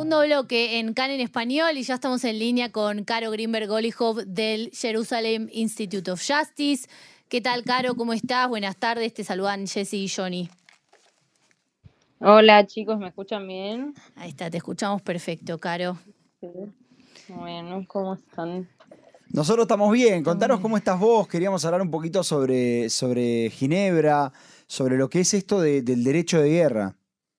segundo bloque en CAN en español y ya estamos en línea con Caro Greenberg-Golihoff del Jerusalem Institute of Justice. ¿Qué tal, Caro? ¿Cómo estás? Buenas tardes, te saludan Jessy y Johnny. Hola chicos, ¿me escuchan bien? Ahí está, te escuchamos perfecto, Caro. Sí. Bueno, ¿cómo están? Nosotros estamos bien. Contanos bien. cómo estás vos. Queríamos hablar un poquito sobre Ginebra, sobre lo que es esto del derecho de guerra.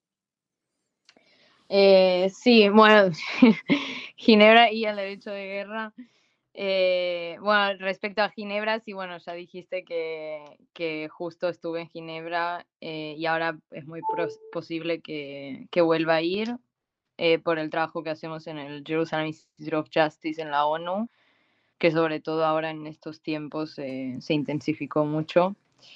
Sí, bueno, Ginebra y el derecho de guerra. Bueno, respecto a Ginebra, sí, bueno, ya dijiste que justo estuve en Ginebra y ahora es muy posible que vuelva a ir por el trabajo que hacemos en el Jerusalem Institute of Justice en la ONU, que sobre todo ahora en estos tiempos se intensificó mucho.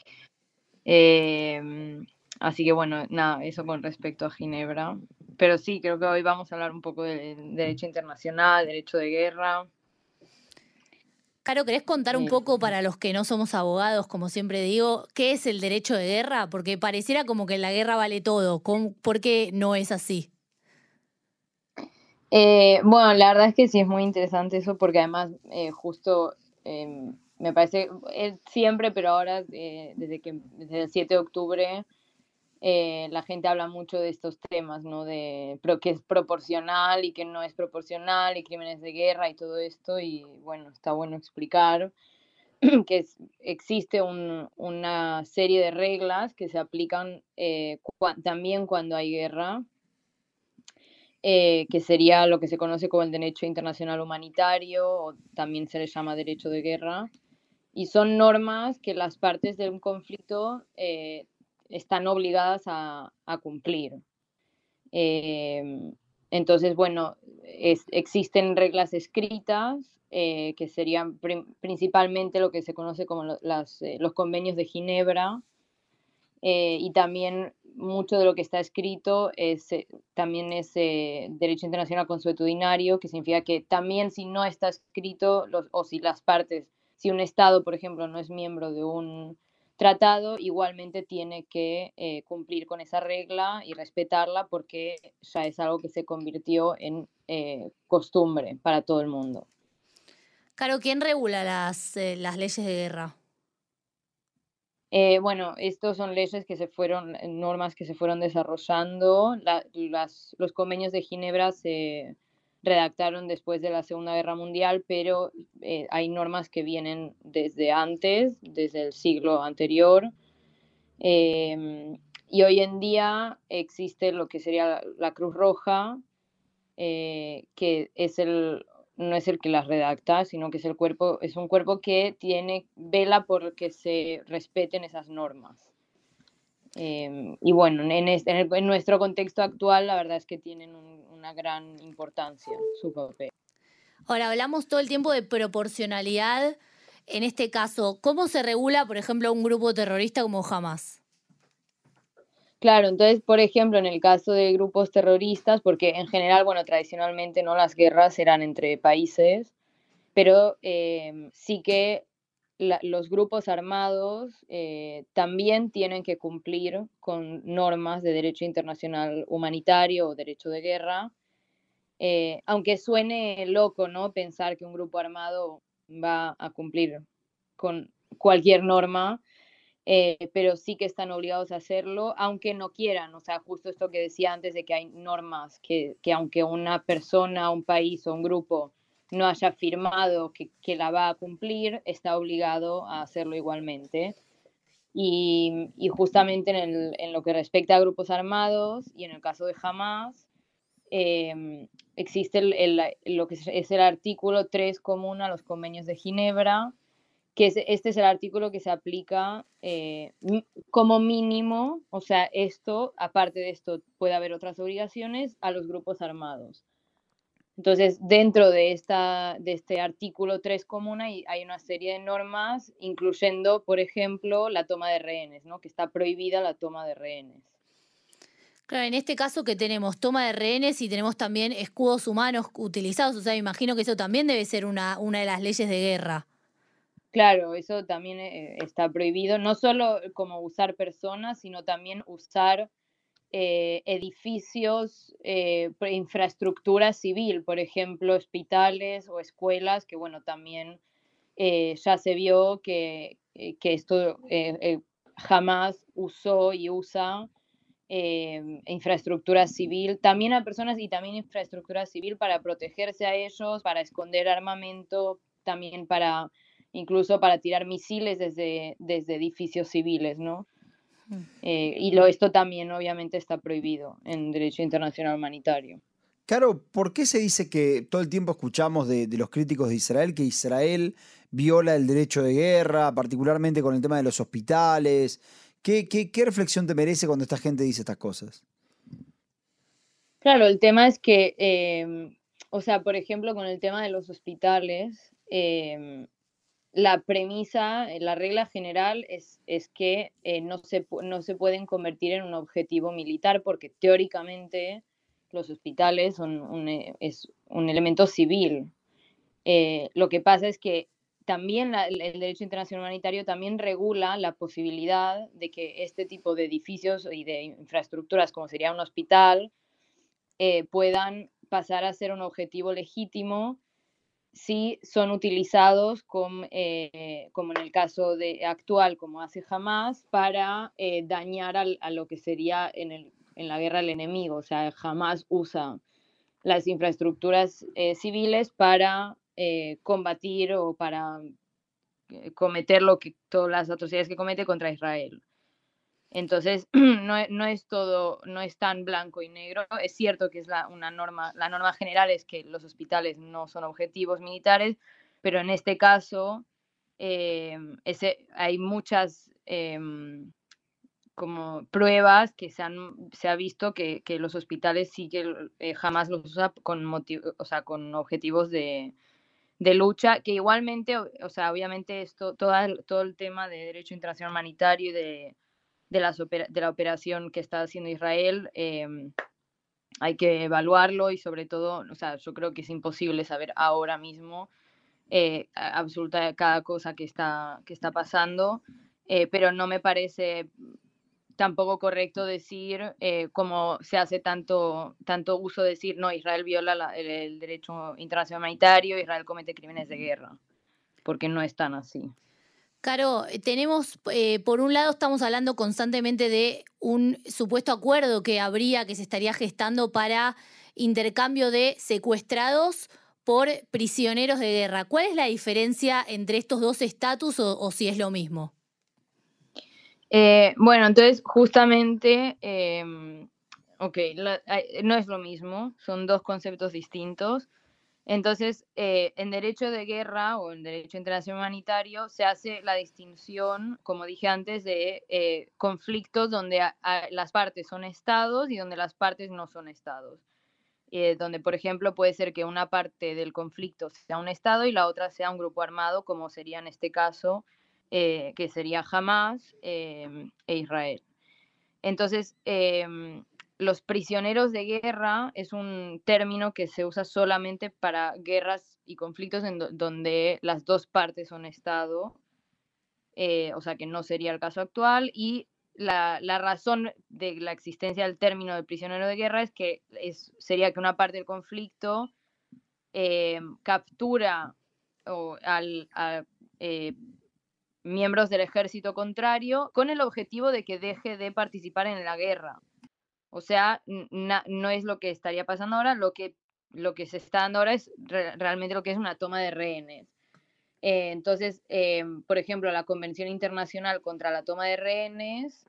Así que bueno, nada, eso con respecto a Ginebra. Pero sí, creo que hoy vamos a hablar un poco del derecho internacional, derecho de guerra. Caro, ¿querés contar un poco para los que no somos abogados, como siempre digo, qué es el derecho de guerra? Porque pareciera como que en la guerra vale todo. ¿Por qué no es así? Bueno, la verdad es que sí es muy interesante eso porque además justo me parece siempre, pero ahora desde el 7 de octubre la gente habla mucho de estos temas, ¿no? De que es proporcional y que no es proporcional y crímenes de guerra y todo esto y bueno, está bueno explicar que existe una serie de reglas que se aplican también cuando hay guerra, que sería lo que se conoce como el derecho internacional humanitario, o también se le llama derecho de guerra, y son normas que las partes de un conflicto están obligadas a cumplir. Entonces, bueno, existen reglas escritas que serían principalmente lo que se conoce como los convenios de Ginebra, y también mucho de lo que está escrito también es derecho internacional consuetudinario, que significa que también si no está escrito, o si las partes, si un Estado, por ejemplo, no es miembro de un tratado, igualmente tiene que cumplir con esa regla y respetarla porque ya es algo que se convirtió en costumbre para todo el mundo. Caro, ¿quién regula las leyes de guerra? Bueno, estos son leyes normas que se fueron desarrollando. Los convenios de Ginebra se redactaron después de la Segunda Guerra Mundial, pero hay normas que vienen desde antes, desde el siglo anterior. Y hoy en día existe lo que sería la Cruz Roja, que no es el que las redacta, sino que es un cuerpo que vela por que se respeten esas normas. Y bueno, en nuestro contexto actual, la verdad es que tienen una gran importancia su papel. Ahora, hablamos todo el tiempo de proporcionalidad. En este caso, ¿cómo se regula, por ejemplo, un grupo terrorista como Hamas? Claro, entonces, por ejemplo, en el caso de grupos terroristas, porque en general, bueno, tradicionalmente no las guerras eran entre países, pero sí que los grupos armados también tienen que cumplir con normas de derecho internacional humanitario o derecho de guerra, aunque suene loco, ¿no? Pensar que un grupo armado va a cumplir con cualquier norma, pero sí que están obligados a hacerlo, aunque no quieran. O sea, justo esto que decía antes de que hay normas que aunque una persona, un país o un grupo no haya firmado que la va a cumplir, está obligado a hacerlo igualmente. Y justamente en lo que respecta a grupos armados y en el caso de Hamas, existe lo que es el artículo 3 común a los convenios de Ginebra, que este es el artículo que se aplica como mínimo, o sea, aparte de esto, puede haber otras obligaciones a los grupos armados. Entonces, dentro de este artículo 3 común hay una serie de normas, incluyendo, por ejemplo, la toma de rehenes, ¿no? Que está prohibida la toma de rehenes. Claro, en este caso que tenemos toma de rehenes y tenemos también escudos humanos utilizados, o sea, imagino que eso también debe ser una de las leyes de guerra. Claro, eso también está prohibido, no solo como usar personas, sino también usar edificios, infraestructura civil, por ejemplo, hospitales o escuelas, que bueno, también ya se vio que esto jamás usó y usa infraestructura civil, también a personas y también infraestructura civil para protegerse a ellos, para esconder armamento, también para incluso para tirar misiles desde edificios civiles, ¿no? Esto también obviamente está prohibido en derecho internacional humanitario. Caro, ¿por qué se dice que todo el tiempo escuchamos de los críticos de Israel que Israel viola el derecho de guerra, particularmente con el tema de los hospitales? ¿Qué reflexión te merece cuando esta gente dice estas cosas? Claro, el tema es que, o sea, por ejemplo, con el tema de los hospitales, la premisa, la regla general es que no se pueden convertir en un objetivo militar porque teóricamente los hospitales es un elemento civil. Lo que pasa es que también el derecho internacional humanitario también regula la posibilidad de que este tipo de edificios y de infraestructuras, como sería un hospital, puedan pasar a ser un objetivo legítimo si son utilizados como en el caso actual, como hace Hamas, para dañar a lo que sería en la guerra al enemigo. O sea, Hamas usa las infraestructuras civiles para combatir o para cometer lo que todas las atrocidades que comete contra Israel. Entonces, no es todo, no es tan blanco y negro. Es cierto que es la norma general es que los hospitales no son objetivos militares, pero en este caso hay muchas como pruebas que se ha visto que los hospitales sí que jamás los usa o sea, con objetivos de lucha, que igualmente, o sea, obviamente todo el tema de derecho internacional humanitario y de la operación que está haciendo Israel, hay que evaluarlo y sobre todo, o sea, yo creo que es imposible saber ahora mismo absoluta cada cosa que está pasando, pero no me parece tampoco correcto decir, como se hace tanto uso de decir, no, Israel viola el derecho internacional humanitario, Israel comete crímenes de guerra, porque no es tan así. Caro, tenemos, por un lado, estamos hablando constantemente de un supuesto acuerdo que se estaría gestando para intercambio de secuestrados por prisioneros de guerra. ¿Cuál es la diferencia entre estos dos estatus o si es lo mismo? Bueno, entonces justamente, ok, no es lo mismo, son dos conceptos distintos. Entonces, en derecho de guerra o en derecho internacional humanitario se hace la distinción, como dije antes, de conflictos donde las partes son estados y donde las partes no son estados. Donde, por ejemplo, puede ser que una parte del conflicto sea un estado y la otra sea un grupo armado, como sería en este caso, que sería Hamas e Israel. Entonces, los prisioneros de guerra es un término que se usa solamente para guerras y conflictos donde las dos partes son Estado, o sea que no sería el caso actual, y la razón de la existencia del término de prisionero de guerra es que sería que una parte del conflicto captura a miembros del ejército contrario con el objetivo de que deje de participar en la guerra. O sea, no es lo que estaría pasando ahora, lo que se está dando ahora es realmente lo que es una toma de rehenes. Entonces, por ejemplo, la Convención Internacional contra la Toma de Rehenes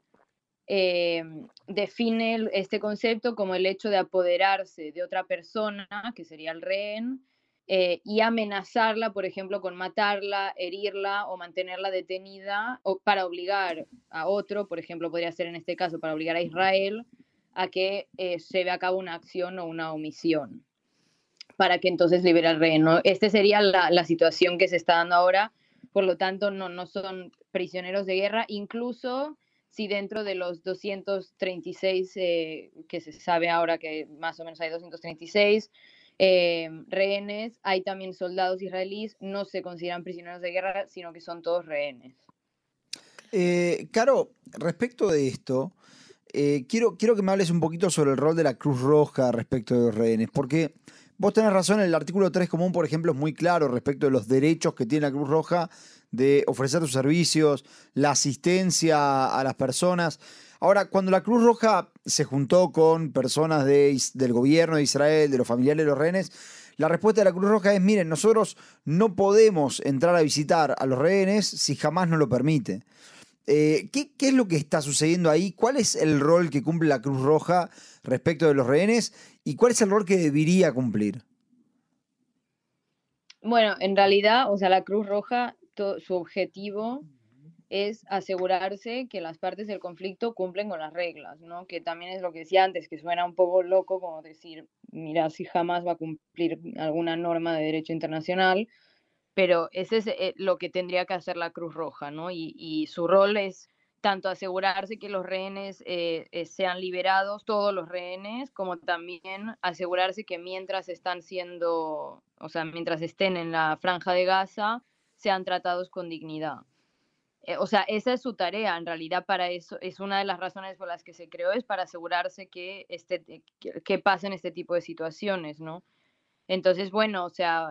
define este concepto como el hecho de apoderarse de otra persona, que sería el rehén, y amenazarla, por ejemplo, con matarla, herirla o mantenerla detenida o para obligar a otro, por ejemplo, podría ser en este caso para obligar a Israel a que se lleve a cabo una acción o una omisión para que entonces libere al rehén, ¿no? Esta sería la situación que se está dando ahora, por lo tanto no son prisioneros de guerra, incluso si dentro de los 236 que se sabe ahora que más o menos hay 236 rehenes, hay también soldados israelíes, no se consideran prisioneros de guerra, sino que son todos rehenes. Caro, respecto de esto, quiero que me hables un poquito sobre el rol de la Cruz Roja respecto de los rehenes, porque vos tenés razón, el artículo 3 común, por ejemplo, es muy claro respecto de los derechos que tiene la Cruz Roja de ofrecer sus servicios, la asistencia a las personas. Ahora, cuando la Cruz Roja se juntó con personas del gobierno de Israel, de los familiares de los rehenes, la respuesta de la Cruz Roja es, miren, nosotros no podemos entrar a visitar a los rehenes si jamás nos lo permite. ¿Qué es lo que está sucediendo ahí? ¿Cuál es el rol que cumple la Cruz Roja respecto de los rehenes? ¿Y cuál es el rol que debería cumplir? Bueno, en realidad, o sea, la Cruz Roja, su objetivo es asegurarse que las partes del conflicto cumplen con las reglas, ¿no? Que también es lo que decía antes, que suena un poco loco como decir, mira, si jamás va a cumplir alguna norma de derecho internacional, pero ese es lo que tendría que hacer la Cruz Roja, ¿no? Y su rol es tanto asegurarse que los rehenes sean liberados, todos los rehenes, como también asegurarse que mientras están siendo, o sea, mientras estén en la Franja de Gaza, sean tratados con dignidad. O sea, esa es su tarea, en realidad para eso es una de las razones por las que se creó, es para asegurarse que pasen este tipo de situaciones, ¿no? Entonces, bueno, o sea,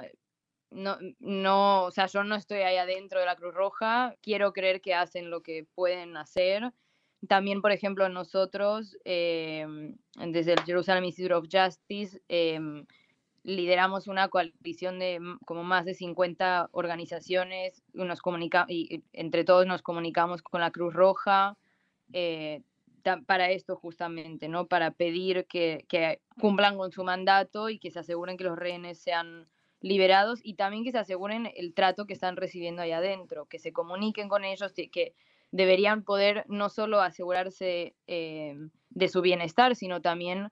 o sea, yo no estoy ahí adentro de la Cruz Roja, quiero creer que hacen lo que pueden hacer. También, por ejemplo, nosotros, desde el Jerusalem Institute of Justice, lideramos una coalición de como más de 50 organizaciones, y entre todos nos comunicamos con la Cruz Roja para esto justamente, ¿no? Para pedir que cumplan con su mandato y que se aseguren que los rehenes sean liberados y también que se aseguren el trato que están recibiendo allá adentro, que se comuniquen con ellos, que deberían poder no solo asegurarse de su bienestar, sino también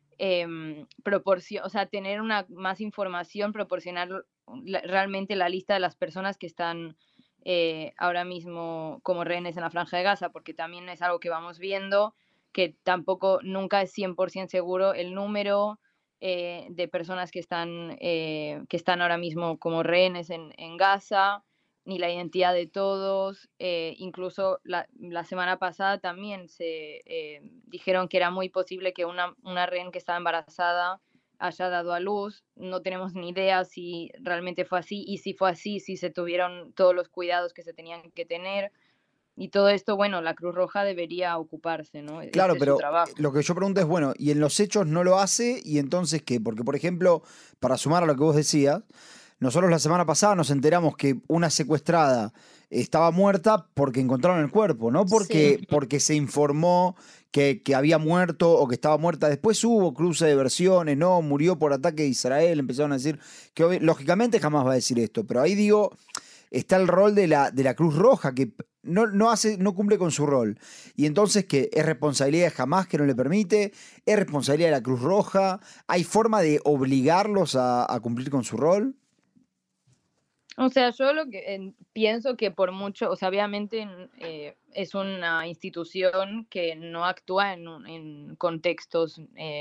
o sea, tener más información, proporcionar realmente la lista de las personas que están ahora mismo como rehenes en la Franja de Gaza, porque también es algo que vamos viendo, que tampoco nunca es 100% seguro el número de personas que están ahora mismo como rehenes en Gaza, ni la identidad de todos. Incluso la semana pasada también se dijeron que era muy posible que una rehén que estaba embarazada haya dado a luz. No tenemos ni idea si realmente fue así, y si fue así, si se tuvieron todos los cuidados que se tenían que tener. Y todo esto, bueno, la Cruz Roja debería ocuparse, ¿no? Claro, Es su pero trabajo. lo que yo pregunto es, bueno, ¿y en los hechos no lo hace? ¿Y entonces qué? Porque, por ejemplo, para sumar a lo que vos decías, nosotros la semana pasada nos enteramos que una secuestrada estaba muerta porque encontraron el cuerpo, no porque se informó que había muerto o que estaba muerta. Después hubo cruce de versiones, no, murió por ataque de Israel, empezaron a decir que lógicamente jamás va a decir esto, pero ahí digo, está el rol de la Cruz Roja, que no cumple con su rol. Y entonces, ¿qué? ¿Es responsabilidad de Hamás que no le permite? ¿Es responsabilidad de la Cruz Roja? ¿Hay forma de obligarlos a cumplir con su rol? O sea, yo lo que pienso que por mucho, o sea, obviamente es una institución que no actúa en contextos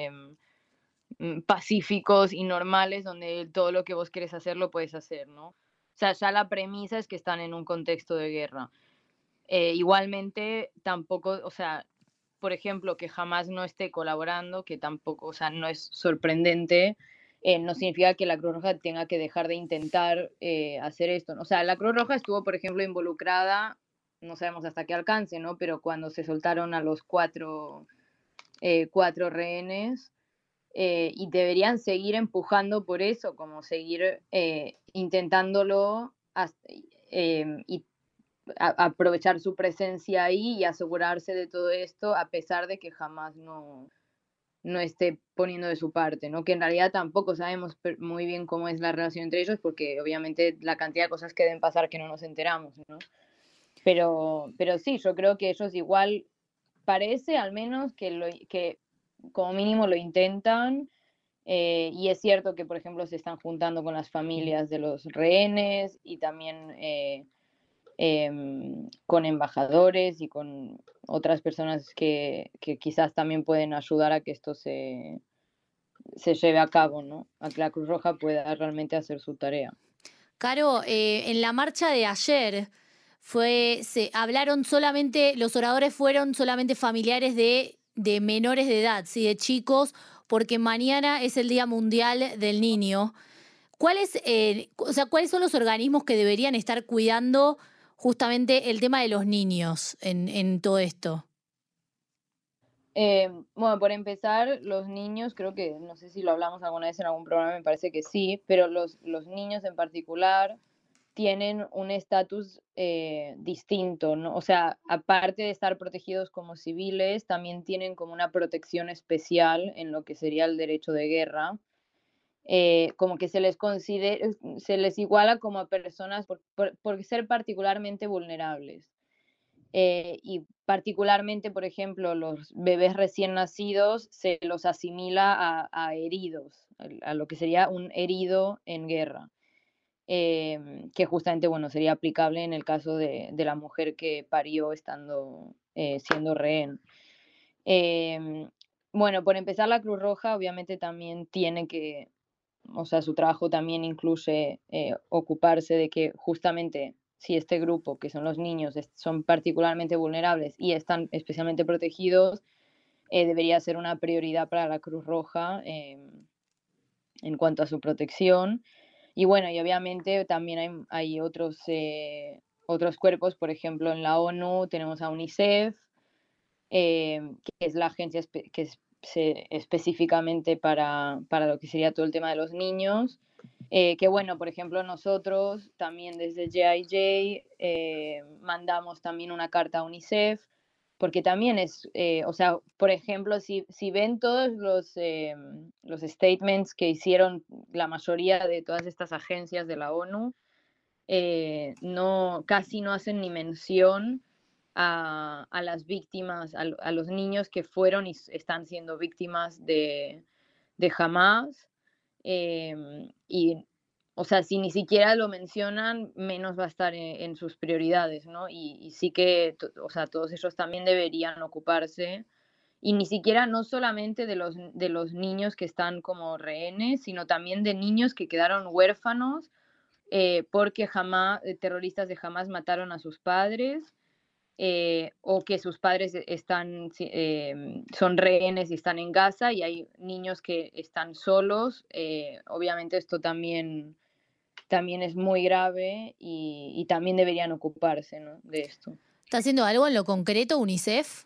pacíficos y normales donde todo lo que vos querés hacer lo puedes hacer, ¿no? O sea, ya la premisa es que están en un contexto de guerra. Igualmente, tampoco, o sea, por ejemplo, que jamás no esté colaborando, que tampoco, o sea, no es sorprendente, no significa que la Cruz Roja tenga que dejar de intentar hacer esto, ¿no? O sea, la Cruz Roja estuvo, por ejemplo, involucrada, no sabemos hasta qué alcance, ¿no? Pero cuando se soltaron a los cuatro rehenes, y deberían seguir empujando por eso, como seguir intentándolo y aprovechar su presencia ahí y asegurarse de todo esto, a pesar de que jamás no esté poniendo de su parte, ¿no? Que en realidad tampoco sabemos muy bien cómo es la relación entre ellos, porque obviamente la cantidad de cosas que deben pasar que no nos enteramos, ¿no? Pero sí, yo creo que ellos igual parece al menos que como mínimo lo intentan. Y es cierto que, por ejemplo, se están juntando con las familias de los rehenes y también con embajadores y con otras personas que quizás también pueden ayudar a que esto se lleve a cabo, ¿no? A que la Cruz Roja pueda realmente hacer su tarea. Caro, en la marcha de ayer hablaron solamente, los oradores fueron solamente familiares de de menores de edad, ¿sí? De chicos, porque mañana es el Día Mundial del Niño. ¿Cuáles son los organismos que deberían estar cuidando justamente el tema de los niños en todo esto? Bueno, por empezar, los niños, creo que, no sé si lo hablamos alguna vez en algún programa, me parece que sí, pero los niños en particular tienen un estatus distinto, ¿no? O sea, aparte de estar protegidos como civiles, también tienen como una protección especial en lo que sería el derecho de guerra. Como que se les iguala como a personas por ser particularmente vulnerables. Y particularmente, por ejemplo, los bebés recién nacidos se los asimila a heridos, a lo que sería un herido en guerra, que justamente, bueno, sería aplicable en el caso de la mujer que parió estando siendo rehén. Em, bueno, por empezar, la Cruz Roja obviamente también tiene que, o sea, su trabajo también incluye ocuparse de que justamente si este grupo, que son los niños, son particularmente vulnerables y están especialmente protegidos, debería ser una prioridad para la Cruz Roja en cuanto a su protección. Y bueno, y obviamente también hay otros cuerpos, por ejemplo, en la ONU tenemos a UNICEF, que es la agencia específicamente para lo que sería todo el tema de los niños. Que bueno, por ejemplo, nosotros también desde GIJ mandamos también una carta a UNICEF, porque también o sea, por ejemplo, si ven todos los statements que hicieron la mayoría de todas estas agencias de la ONU, casi no hacen ni mención a las víctimas, a los niños que fueron y están siendo víctimas de Hamas. Y, o sea, si ni siquiera lo mencionan, menos va a estar en sus prioridades, ¿no? Y sí que, o sea, todos ellos también deberían ocuparse. Y ni siquiera, no solamente de los niños que están como rehenes, sino también de niños que quedaron huérfanos porque terroristas de Hamas mataron a sus padres, o que sus padres son rehenes y están en Gaza y hay niños que están solos. Obviamente esto también es muy grave y también deberían ocuparse, ¿no?, de esto. ¿Está haciendo algo en lo concreto UNICEF?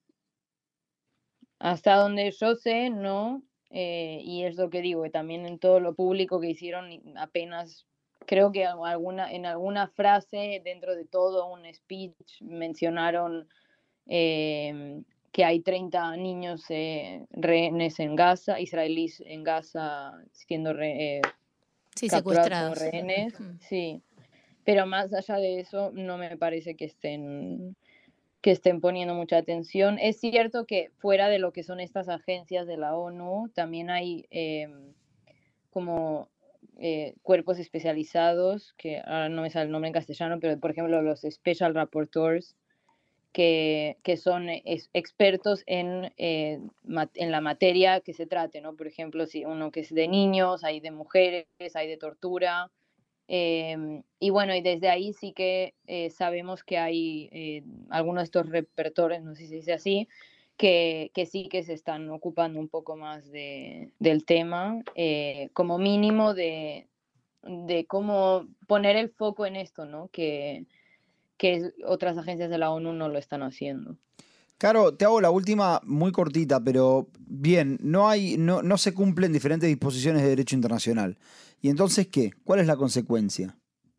Hasta donde yo sé, no. Y es lo que digo, que también en todo lo público que hicieron, apenas creo que en alguna frase dentro de todo un speech mencionaron que hay 30 niños rehenes en Gaza, israelíes en Gaza siendo Sí, capturados como secuestrados. rehenes. Mm. Sí, pero más allá de eso no me parece que estén poniendo mucha atención. Es cierto que fuera de lo que son estas agencias de la ONU, también hay como cuerpos especializados, que ahora no me sale el nombre en castellano, pero por ejemplo los Special Rapporteurs, que son expertos en la materia que se trate, ¿no? Por ejemplo, si uno que es de niños, hay de mujeres, hay de tortura. Y bueno, y desde ahí sí que sabemos que hay algunos de estos repertores, no sé si se dice así, que sí que se están ocupando un poco más del tema, como mínimo de cómo poner el foco en esto, ¿no? Que otras agencias de la ONU no lo están haciendo. Caro, te hago la última muy cortita, pero bien, no se cumplen diferentes disposiciones de derecho internacional. ¿Y entonces qué? ¿Cuál es la consecuencia?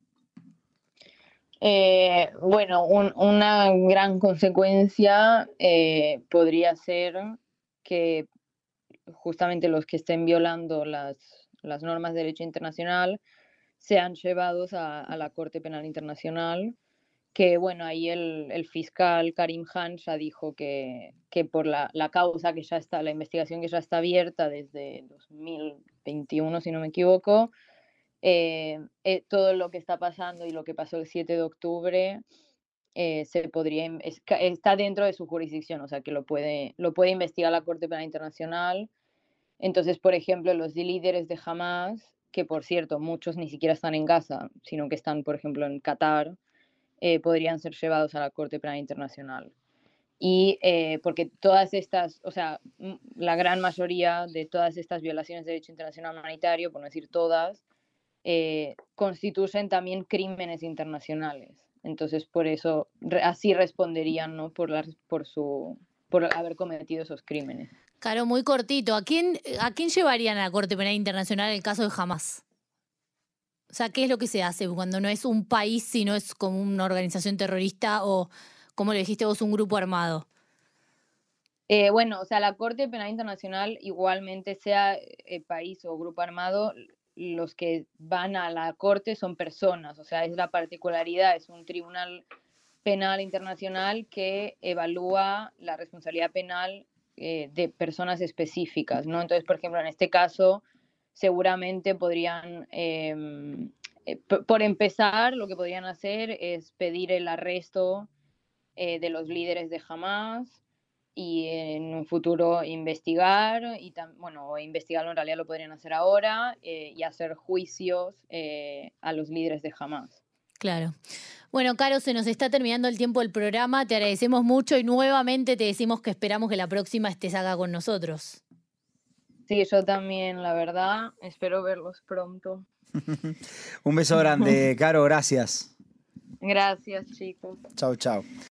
Bueno, una gran consecuencia podría ser que justamente los que estén violando las normas de derecho internacional sean llevados a la Corte Penal Internacional, que bueno, ahí el fiscal Karim Khan ya dijo que por la causa que ya está, la investigación que ya está abierta desde 2021, si no me equivoco, todo lo que está pasando y lo que pasó el 7 de octubre está dentro de su jurisdicción, o sea que lo puede investigar la Corte Penal Internacional. Entonces, por ejemplo, los líderes de Hamas, que por cierto, muchos ni siquiera están en Gaza, sino que están, por ejemplo, en Qatar, podrían ser llevados a la Corte Penal Internacional. Y porque todas estas, o sea, la gran mayoría de todas estas violaciones de derecho internacional humanitario, por no decir todas, constituyen también crímenes internacionales. Entonces, por eso, así responderían, ¿no? por haber cometido esos crímenes. Claro, muy cortito. ¿A quién llevarían a la Corte Penal Internacional en el caso de Hamas? O sea, ¿qué es lo que se hace cuando no es un país, sino es como una organización terrorista o, como le dijiste vos, un grupo armado? Bueno, o sea, la Corte Penal Internacional, igualmente sea país o grupo armado, los que van a la Corte son personas, o sea, es la particularidad, es un tribunal penal internacional que evalúa la responsabilidad penal de personas específicas, ¿no? Entonces, por ejemplo, en este caso, seguramente podrían, por empezar, lo que podrían hacer es pedir el arresto de los líderes de Hamas y en un futuro investigar, bueno, investigarlo en realidad lo podrían hacer ahora, y hacer juicios a los líderes de Hamas. Claro. Bueno, Caro, se nos está terminando el tiempo del programa, te agradecemos mucho y nuevamente te decimos que esperamos que la próxima estés acá con nosotros. Sí, yo también, la verdad, espero verlos pronto. Un beso grande, Caro, gracias. Gracias, chicos. Chau, chau.